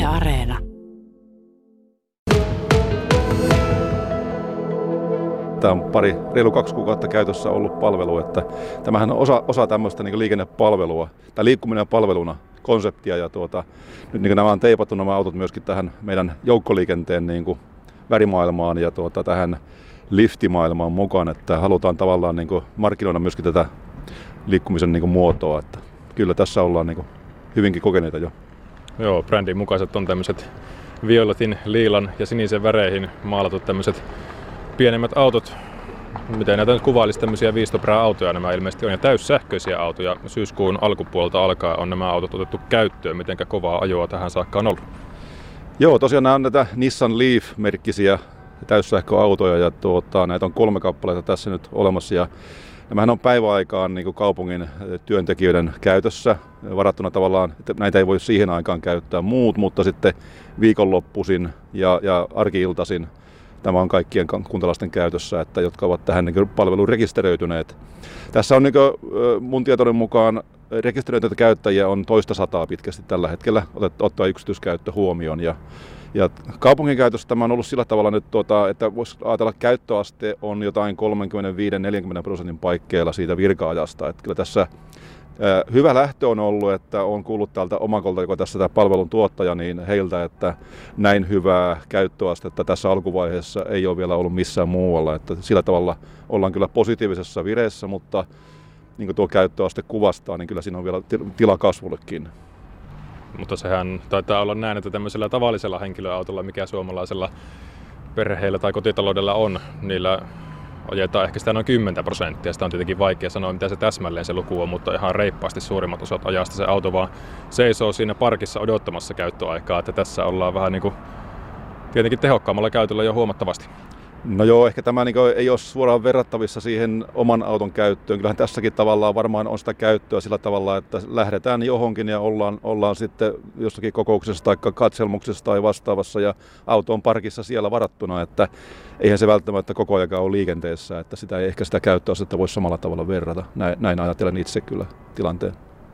Areena. Tämä on reilu 2 kuukautta käytössä ollut palvelu, että tämähän on osa tämmöistä niin liikennepalvelua, tai liikkuminen palveluna konseptia, ja nyt niin nämä on teipattu nämä autot myöskin tähän meidän joukkoliikenteen niin värimaailmaan ja tähän liftimaailmaan mukaan, että halutaan tavallaan niin markkinoida myöskin tätä liikkumisen niin muotoa, että kyllä tässä ollaan niin hyvinkin kokeneita jo. Joo, brändin mukaiset on tämmöiset violetin, liilan ja sinisen väreihin maalatut tämmöiset pienemmät autot. Miten näitä nyt kuvailisi, tämmöisiä viistopää-autoja nämä ilmeisesti on, ja täyssähköisiä autoja. Syyskuun alkupuolelta alkaen on nämä autot otettu käyttöön. Mitenkä kovaa ajoa tähän saakka on ollut? Joo, tosiaan nämä on näitä Nissan Leaf-merkkisiä täyssähköautoja, ja näitä on 3 kappaleita tässä nyt olemassa. Ja nämähän on päiväaikaan niin kuin kaupungin työntekijöiden käytössä varattuna tavallaan, että näitä ei voi siihen aikaan käyttää muut, mutta sitten viikonloppuisin ja arki-iltaisin tämä on kaikkien kuntalaisten käytössä, että, jotka ovat tähän niin palveluun rekisteröityneet. Tässä on niin kuin, mun tietoiden mukaan rekisteröityneitä käyttäjiä on 200 pitkästi tällä hetkellä, ottaa yksityiskäyttö huomioon. Ja kaupungin käytössä tämä on ollut sillä tavalla nyt, että voisi ajatella, että käyttöaste on jotain 35-40% paikkeilla siitä virka-ajasta. Että kyllä tässä hyvä lähtö on ollut, että on kuullut täältä Omakolta, joka tässä tämä palvelun tuottaja, niin heiltä, että näin hyvää käyttöastetta tässä alkuvaiheessa ei ole vielä ollut missään muualla. Että sillä tavalla ollaan kyllä positiivisessa vireessä, mutta niin kuin tuo käyttöaste kuvastaa, niin kyllä siinä on vielä tila kasvullekin. Mutta sehän taitaa olla näin, että tämmöisellä tavallisella henkilöautolla, mikä suomalaisella perheellä tai kotitaloudella on, niillä ajetaan ehkä sitä noin 10%. Sitä on tietenkin vaikea sanoa, mitä se täsmälleen se luku on, mutta ihan reippaasti suurimmat osat ajasta se auto vaan seisoo siinä parkissa odottamassa käyttöaikaa. Että tässä ollaan vähän niin kuin tietenkin tehokkaammalla käytöllä jo huomattavasti. No joo, ehkä tämä ei ole suoraan verrattavissa siihen oman auton käyttöön. Kyllähän tässäkin tavallaan varmaan on sitä käyttöä sillä tavalla, että lähdetään johonkin ja ollaan sitten jossakin kokouksessa tai katselmuksessa tai vastaavassa ja auto on parkissa siellä varattuna, että eihän se välttämättä koko ajan ole liikenteessä, että sitä ei ehkä sitä käyttöasetta voi samalla tavalla verrata. Näin ajattelen itse kyllä tilanteen.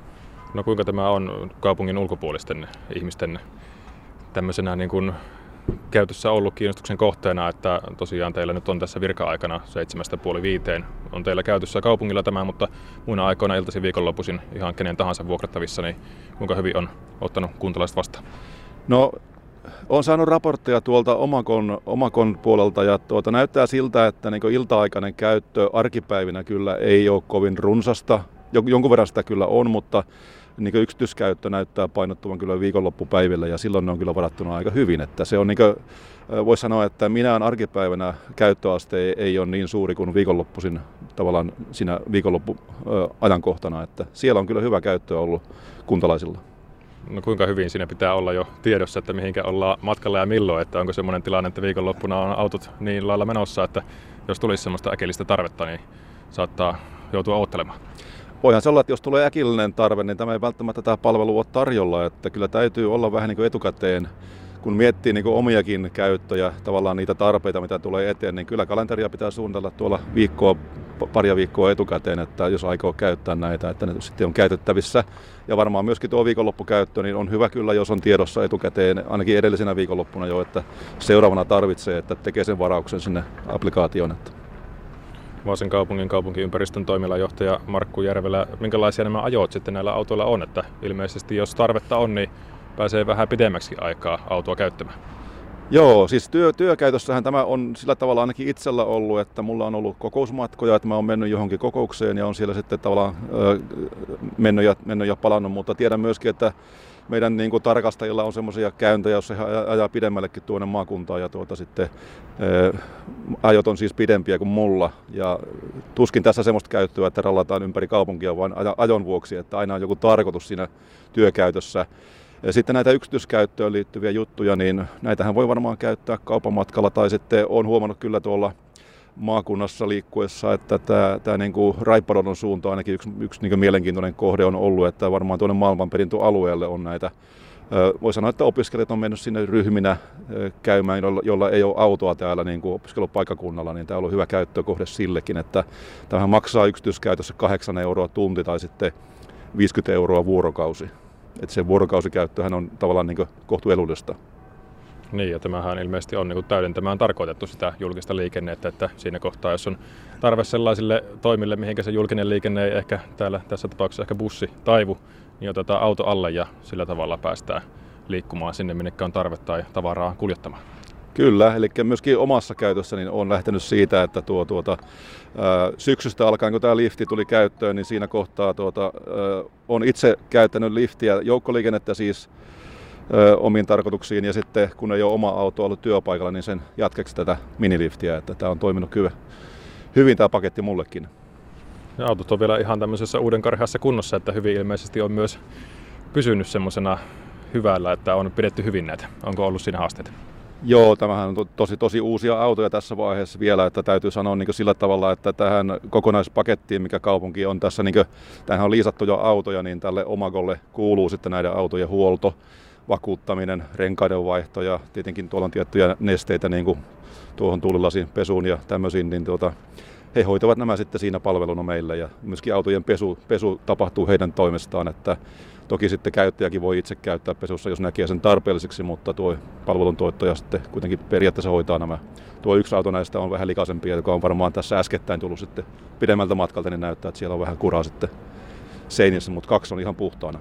No kuinka tämä on kaupungin ulkopuolisten ihmisten tämmöisenä niin kuin käytössä ollut kiinnostuksen kohteena, että tosiaan teillä nyt on tässä virka-aikana 7:30 on teillä käytössä kaupungilla tämä, mutta muina aikoina iltaisin viikonloppuisin ihan kenen tahansa vuokrattavissa, niin kuinka hyvin on ottanut kuntalaiset vastaan? No, olen saanut raportteja tuolta Omakon puolelta ja näyttää siltä, että niin ilta-aikainen käyttö arkipäivinä kyllä ei ole kovin runsasta. Jonkun verran sitä kyllä on, mutta niin yksityiskäyttö näyttää painottuvan kyllä viikonloppupäivillä ja silloin ne on kyllä varattuna aika hyvin. Että se on voisi sanoa, että minään arkipäivänä käyttöaste ei ole niin suuri kuin viikonloppuisin tavallaan siinä viikonloppuajankohtana. Että siellä on kyllä hyvä käyttöä ollut kuntalaisilla. No kuinka hyvin siinä pitää olla jo tiedossa, että mihinkä ollaan matkalla ja milloin, että onko semmoinen tilanne, että viikonloppuna on autot niin lailla menossa, että jos tulisi semmoista äkillistä tarvetta, niin saattaa joutua odottelemaan. Voihan se olla, että jos tulee äkillinen tarve, niin tämä ei välttämättä tämä palvelu ole tarjolla, että kyllä täytyy olla vähän niin kuin etukäteen, kun miettii niin kuin omiakin käyttöjä, tavallaan niitä tarpeita, mitä tulee eteen, niin kyllä kalenteria pitää suunnitella tuolla paria viikkoa etukäteen, että jos aikoo käyttää näitä, että ne sitten on käytettävissä. Ja varmaan myöskin tuo viikonloppukäyttö, niin on hyvä kyllä, jos on tiedossa etukäteen, ainakin edellisenä viikonloppuna jo, että seuraavana tarvitsee, että tekee sen varauksen sinne applikaatioon. Vaasan kaupungin kaupunkiympäristön toimialajohtaja Markku Järvelä, minkälaisia nämä ajot sitten näillä autoilla on, että ilmeisesti jos tarvetta on, niin pääsee vähän pidemmäksi aikaa autoa käyttämään? Joo, siis työkäytössähän tämä on sillä tavalla ainakin itsellä ollut, että mulla on ollut kokousmatkoja, että mä oon mennyt johonkin kokoukseen ja on siellä sitten tavallaan mennyt ja palannut, mutta tiedän myöskin, että meidän niin kuin tarkastajilla on semmoisia käyntejä, jos he ajaa pidemmällekin tuonne maakuntaan ja sitten ajot on siis pidempiä kuin mulla. Ja tuskin tässä semmoista käyttöä, että rallataan ympäri kaupunkia vain ajon vuoksi, että aina on joku tarkoitus siinä työkäytössä. Ja sitten näitä yksityiskäyttöön liittyviä juttuja, niin näitähän voi varmaan käyttää kaupan matkalla tai sitten olen huomannut kyllä tuolla maakunnassa liikkuessa, että tämä niin kuin Raippadon suunta ainakin yksi niin kuin mielenkiintoinen kohde on ollut, että varmaan tuonne maailmanperintöalueelle on näitä. Voi sanoa, että opiskelijat on mennyt sinne ryhminä käymään, jolla ei ole autoa täällä niin kuin opiskelupaikkakunnalla, niin tämä on ollut hyvä käyttökohde sillekin, että tämähän maksaa yksityiskäytössä 8 € tunti tai sitten 50 € vuorokausi. että se vuorokausikäyttöhän on tavallaan niin kohtu edullista. Niin, ja tämähän ilmeisesti on niin täydentämään tarkoitettu sitä julkista liikennettä, että siinä kohtaa, jos on tarve sellaisille toimille, mihinkä se julkinen liikenne ei ehkä tässä tapauksessa ehkä bussi taivu, niin otetaan auto alle ja sillä tavalla päästään liikkumaan sinne, minne on tarve tai tavaraa kuljettamaan. Kyllä, eli myöskin omassa käytössä niin olen lähtenyt siitä, että syksystä alkaen, kun tämä lifti tuli käyttöön, niin siinä kohtaa olen itse käyttänyt liftiä, joukkoliikennettä siis omiin tarkoituksiin, ja sitten kun ei ole oma auto ollut työpaikalla, niin sen jatkeeksi tätä miniliftiä, että tämä on toiminut kyllä hyvin tämä paketti mullekin. Ja autot on vielä ihan tämmöisessä uudenkarheassa kunnossa, että hyvin ilmeisesti on myös pysynyt semmoisena hyvällä, että on pidetty hyvin näitä. Onko ollut siinä haasteita? Joo, tämähän on tosi uusia autoja tässä vaiheessa vielä, että täytyy sanoa niin sillä tavalla, että tähän kokonaispakettiin, mikä kaupunki on tässä, niin tämähän on liisattu jo autoja, niin tälle Omagolle kuuluu sitten näiden autojen huolto, vakuuttaminen, renkaiden vaihto ja tietenkin tuolla on tiettyjä nesteitä niin kuin tuohon tuulilasin pesuun ja tämmöisiin, niin he hoitavat nämä sitten siinä palveluna meille ja myöskin autojen pesu tapahtuu heidän toimestaan, että toki sitten käyttäjäkin voi itse käyttää pesussa, jos näkee sen tarpeelliseksi, mutta tuo palveluntuottaja sitten kuitenkin periaatteessa hoitaa nämä. Tuo yksi auto näistä on vähän likaisempi, joka on varmaan tässä äskettäin tullut sitten pidemmältä matkalta, niin näyttää, että siellä on vähän kuraa sitten seinissä, mutta 2 on ihan puhtaana.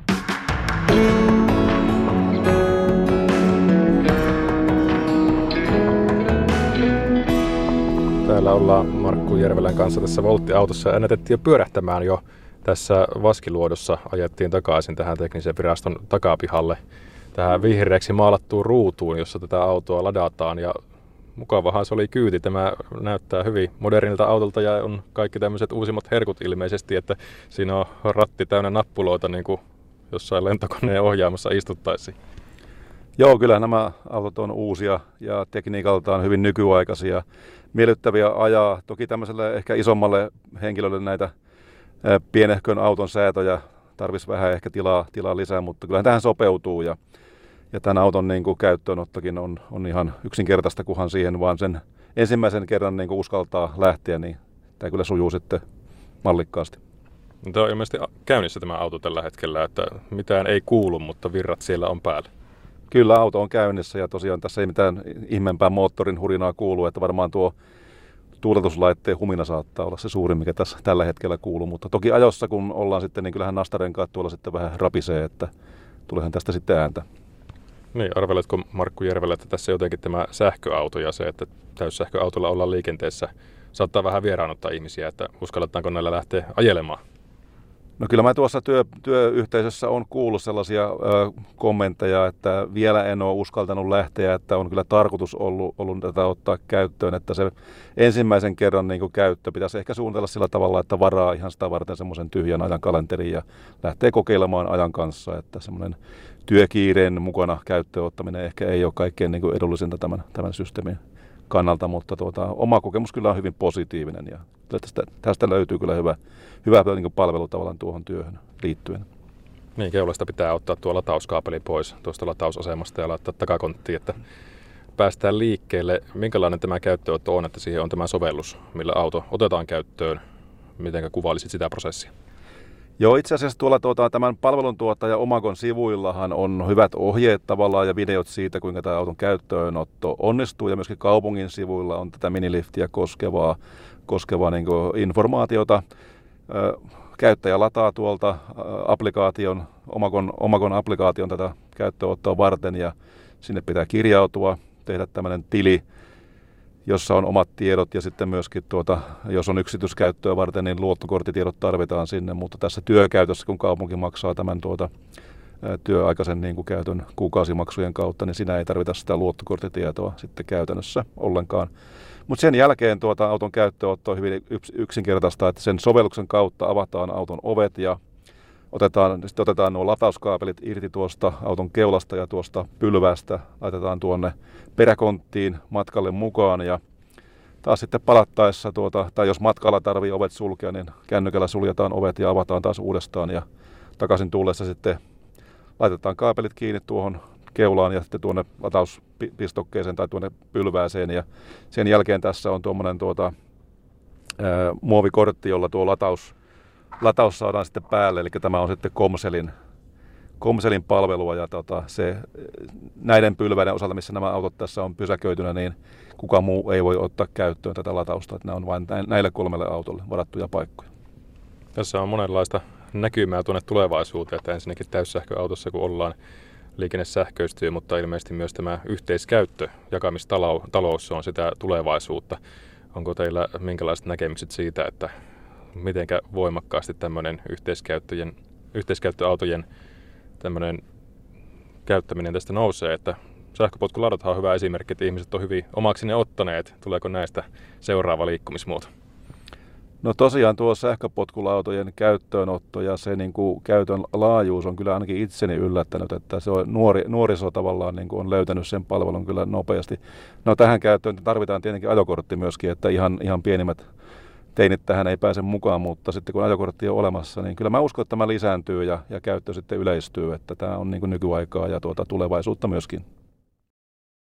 Täällä ollaan Markku Järvelän kanssa tässä Voltti-autossa ja ennätettiin jo pyörähtämään jo tässä Vaskiluodossa. Ajettiin takaisin tähän teknisen viraston takapihalle tähän vihreäksi maalattuun ruutuun, jossa tätä autoa ladataan. Ja mukavahan se oli kyyti. Tämä näyttää hyvin modernilta autolta ja on kaikki tämmöiset uusimmat herkut ilmeisesti, että siinä on ratti täynnä nappuloita niin kuin jossain lentokoneen ohjaamassa istuttaisiin. Joo, kyllä nämä autot on uusia ja tekniikaltaan hyvin nykyaikaisia. Miellyttäviä ajaa. Toki tämmöiselle ehkä isommalle henkilölle näitä pienehkön auton säätöjä tarvitsisi vähän ehkä tilaa lisää, mutta kyllähän tähän sopeutuu. Ja tämän auton niin kuin käyttöönottokin on ihan yksinkertaista, kunhan siihen vaan sen ensimmäisen kerran niin kuin uskaltaa lähteä, niin tämä kyllä sujuu sitten mallikkaasti. Tämä on ilmeisesti käynnissä tämä auto tällä hetkellä, että mitään ei kuulu, mutta virrat siellä on päällä. Kyllä, auto on käynnissä ja tosiaan tässä ei mitään ihmeempää moottorin hurinaa kuulu, että varmaan tuo tuuletuslaitteen humina saattaa olla se suurin, mikä tässä tällä hetkellä kuuluu, mutta toki ajossa kun ollaan sitten, niin kyllähän nastarenkaat tuolla sitten vähän rapisee, että tuleehan tästä sitten ääntä. Niin, arveletko Markku Järvelä, että tässä jotenkin tämä sähköauto ja se, että täyssähköautolla ollaan liikenteessä, saattaa vähän vieraannuttaa ihmisiä, että uskalletaanko näillä lähteä ajelemaan? No kyllä mä tuossa työyhteisössä on kuullut sellaisia kommentteja, että vielä en ole uskaltanut lähteä, että on kyllä tarkoitus ollut tätä ottaa käyttöön, että se ensimmäisen kerran niin kuin käyttö pitäisi ehkä suunnitella sillä tavalla, että varaa ihan sitä varten semmoisen tyhjän ajan kalenterin ja lähtee kokeilemaan ajan kanssa, että semmoinen työkiireen mukana käyttöön ottaminen ehkä ei ole kaikkein niin kuin edullisinta tämän systeemin kannalta, mutta oma kokemus kyllä on hyvin positiivinen ja tästä löytyy kyllä hyvä niin kuin palvelu tavallaan tuohon työhön liittyen. Niin, keulasta pitää ottaa tuo latauskaapeli pois tuosta latausasemasta ja laittaa takakonttiin, että päästään liikkeelle. Minkälainen tämä käyttöönotto on, että siihen on tämä sovellus, millä auto otetaan käyttöön? Miten kuvailisit sitä prosessia? Joo, itse asiassa tuolla tämän palveluntuottaja Omagon sivuillahan on hyvät ohjeet tavallaan ja videot siitä, kuinka tämä auton käyttöönotto onnistuu. Ja myöskin kaupungin sivuilla on tätä miniliftiä koskevaa niin kuin informaatiota. Käyttäjä lataa tuolta Omagon applikaation tätä käyttöönottoa varten ja sinne pitää kirjautua, tehdä tämmöinen tili, jossa on omat tiedot ja sitten myöskin jos on yksityiskäyttöä varten, niin luottokorttitiedot tarvitaan sinne, mutta tässä työkäytössä, kun kaupunki maksaa tämän työaikaisen niin kuin käytön kuukausimaksujen kautta, niin siinä ei tarvita sitä luottokorttitietoa sitten käytännössä ollenkaan. Mutta sen jälkeen auton käyttöönotto on hyvin yksinkertaista, että sen sovelluksen kautta avataan auton ovet ja otetaan nuo latauskaapelit irti tuosta auton keulasta ja tuosta pylvästä, laitetaan tuonne peräkonttiin matkalle mukaan ja taas sitten palattaessa, tai jos matkalla tarvii ovet sulkea, niin kännykällä suljetaan ovet ja avataan taas uudestaan ja takaisin tullessa sitten laitetaan kaapelit kiinni tuohon keulaan ja sitten tuonne latauspistokkeeseen tai tuonne pylvääseen ja sen jälkeen tässä on tuommoinen muovikortti, jolla tuo lataus saadaan sitten päälle, eli tämä on sitten Komselin palvelua ja näiden pylväiden osalta, missä nämä autot tässä on pysäköitynä, niin kuka muu ei voi ottaa käyttöön tätä latausta. Että nämä on vain näille 3 autolle varattuja paikkoja. Tässä on monenlaista näkymää tuonne tulevaisuuteen, että ensinnäkin täyssähköautossa kun ollaan, liikenne sähköistyy, mutta ilmeisesti myös tämä yhteiskäyttö, jakamistalous on sitä tulevaisuutta. Onko teillä minkälaiset näkemykset siitä, että miten voimakkaasti tämmöinen yhteiskäyttöautojen tämmöinen käyttäminen tästä nousee, että sähköpotkuladathan on hyvä esimerkki, että ihmiset on hyvin omaksi ne ottaneet. Tuleeko näistä seuraava liikkumismuoto? No tosiaan tuo sähköpotkulautojen käyttöönotto ja se niin kuin käytön laajuus on kyllä ainakin itseni yllättänyt, että se on nuoriso tavallaan niin kuin on löytänyt sen palvelun kyllä nopeasti. No tähän käyttöön tarvitaan tietenkin ajokortti myöskin, että ihan pienimmät teinit tähän ei pääse mukaan, mutta sitten kun ajokortti on olemassa, niin kyllä mä uskon, että tämä lisääntyy ja käyttö sitten yleistyy, että tämä on niin kuin nykyaikaa ja tulevaisuutta myöskin.